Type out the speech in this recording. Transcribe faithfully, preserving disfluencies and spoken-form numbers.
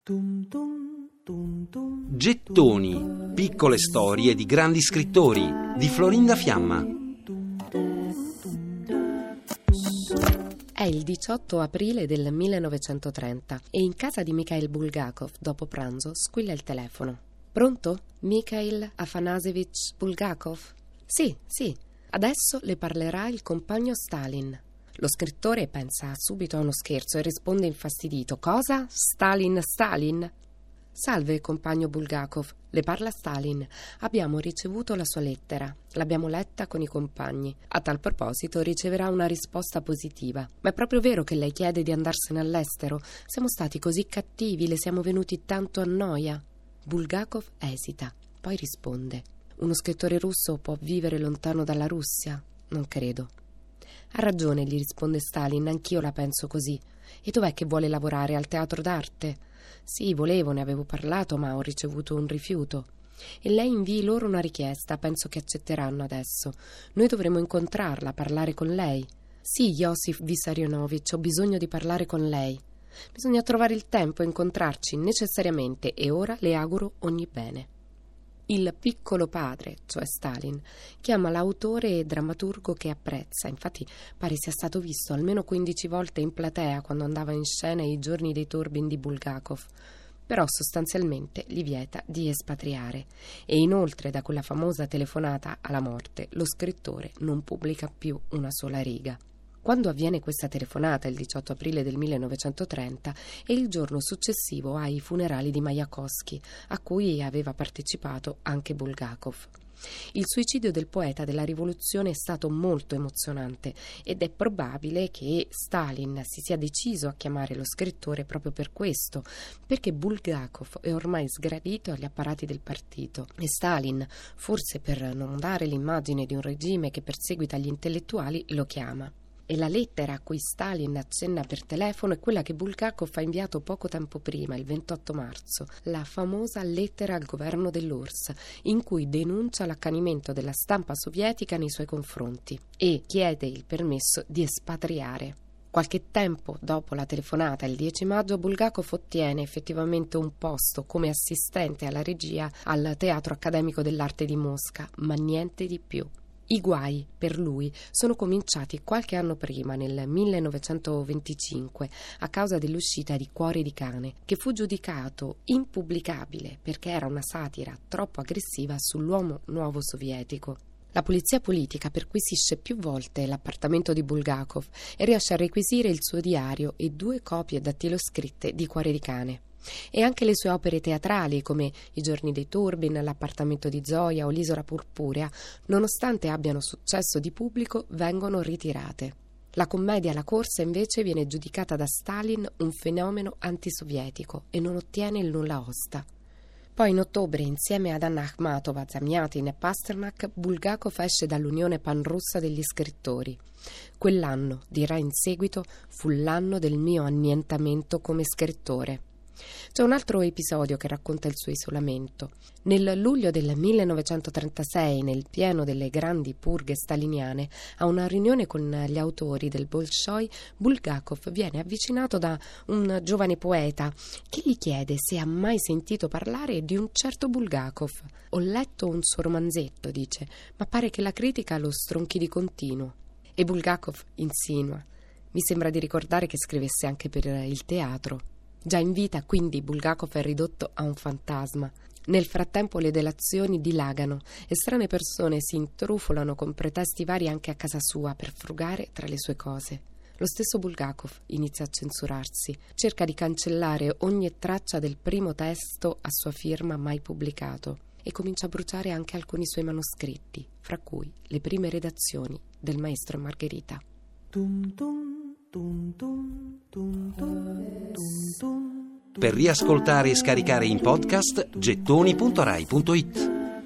Gettoni, piccole storie di grandi scrittori di Florinda Fiamma. È il diciotto aprile del millenovecentotrenta e in casa di Mikhail Bulgakov, dopo pranzo, squilla il telefono. Pronto? Mikhail Afanasevich Bulgakov? Sì, sì. Adesso le parlerà il compagno Stalin. Lo scrittore pensa subito a uno scherzo e risponde infastidito. Cosa? Stalin, Stalin? Salve, compagno Bulgakov. Le parla Stalin. Abbiamo ricevuto la sua lettera. L'abbiamo letta con i compagni. A tal proposito riceverà una risposta positiva. Ma è proprio vero che lei chiede di andarsene all'estero? Siamo stati così cattivi, le siamo venuti tanto a noia. Bulgakov esita, poi risponde. Uno scrittore russo può vivere lontano dalla Russia? Non credo. Ha ragione, gli risponde Stalin, anch'io la penso così. E dov'è che vuole lavorare? Al teatro d'arte? Sì, volevo, ne avevo parlato, ma ho ricevuto un rifiuto. E lei invii loro una richiesta, penso che accetteranno adesso. Noi dovremo incontrarla, parlare con lei. Sì, Iosif Vissarionovich, ho bisogno di parlare con lei. Bisogna trovare il tempo e incontrarci necessariamente e ora le auguro ogni bene. Il piccolo padre, cioè Stalin, chiama l'autore e drammaturgo che apprezza. Infatti pare sia stato visto almeno quindici volte in platea quando andava in scena I giorni dei Turbin di Bulgakov. Però sostanzialmente gli vieta di espatriare. E inoltre da quella famosa telefonata alla morte lo scrittore non pubblica più una sola riga. Quando avviene questa telefonata, il diciotto aprile del millenovecentotrenta, è il giorno successivo ai funerali di Majakovskij, a cui aveva partecipato anche Bulgakov. Il suicidio del poeta della rivoluzione è stato molto emozionante ed è probabile che Stalin si sia deciso a chiamare lo scrittore proprio per questo, perché Bulgakov è ormai sgravito agli apparati del partito e Stalin, forse per non dare l'immagine di un regime che perseguita gli intellettuali, lo chiama. E la lettera a cui Stalin accenna per telefono è quella che Bulgakov ha inviato poco tempo prima, il ventotto marzo, la famosa lettera al governo dell'U R S S, in cui denuncia l'accanimento della stampa sovietica nei suoi confronti e chiede il permesso di espatriare. Qualche tempo dopo la telefonata, il dieci maggio, Bulgakov ottiene effettivamente un posto come assistente alla regia al Teatro Accademico dell'Arte di Mosca, ma niente di più. I guai per lui sono cominciati qualche anno prima, nel millenovecentoventicinque, a causa dell'uscita di Cuore di cane, che fu giudicato impubblicabile perché era una satira troppo aggressiva sull'uomo nuovo sovietico. La polizia politica perquisisce più volte l'appartamento di Bulgakov e riesce a requisire il suo diario e due copie dattiloscritte di Cuore di cane. E anche le sue opere teatrali come I giorni dei Turbin, L'appartamento di Zoya o L'Isola purpurea, nonostante abbiano successo di pubblico, vengono ritirate. La commedia La corsa invece viene giudicata da Stalin un fenomeno antisovietico e non ottiene il nulla osta. Poi in ottobre, insieme ad Anna Akhmatova, Zamyatin e Pasternak, Bulgakov esce dall'Unione Panrussa degli scrittori. Quell'anno, dirà in seguito, fu l'anno del mio annientamento come scrittore. C'è un altro episodio che racconta il suo isolamento. Nel luglio del millenovecentotrentasei, nel pieno delle grandi purghe staliniane, a una riunione con gli autori del Bolshoi, Bulgakov viene avvicinato da un giovane poeta che gli chiede se ha mai sentito parlare di un certo Bulgakov. Ho letto un suo romanzetto, dice, ma pare che la critica lo stronchi di continuo. E Bulgakov insinua. Mi sembra di ricordare che scrivesse anche per il teatro. Già in vita, quindi, Bulgakov è ridotto a un fantasma. Nel frattempo le delazioni dilagano e strane persone si intrufolano con pretesti vari anche a casa sua per frugare tra le sue cose. Lo stesso Bulgakov inizia a censurarsi, cerca di cancellare ogni traccia del primo testo a sua firma mai pubblicato e comincia a bruciare anche alcuni suoi manoscritti, fra cui le prime redazioni del Maestro e Margherita. Tum tum. Per riascoltare e scaricare in podcast gettoni punto rai punto it.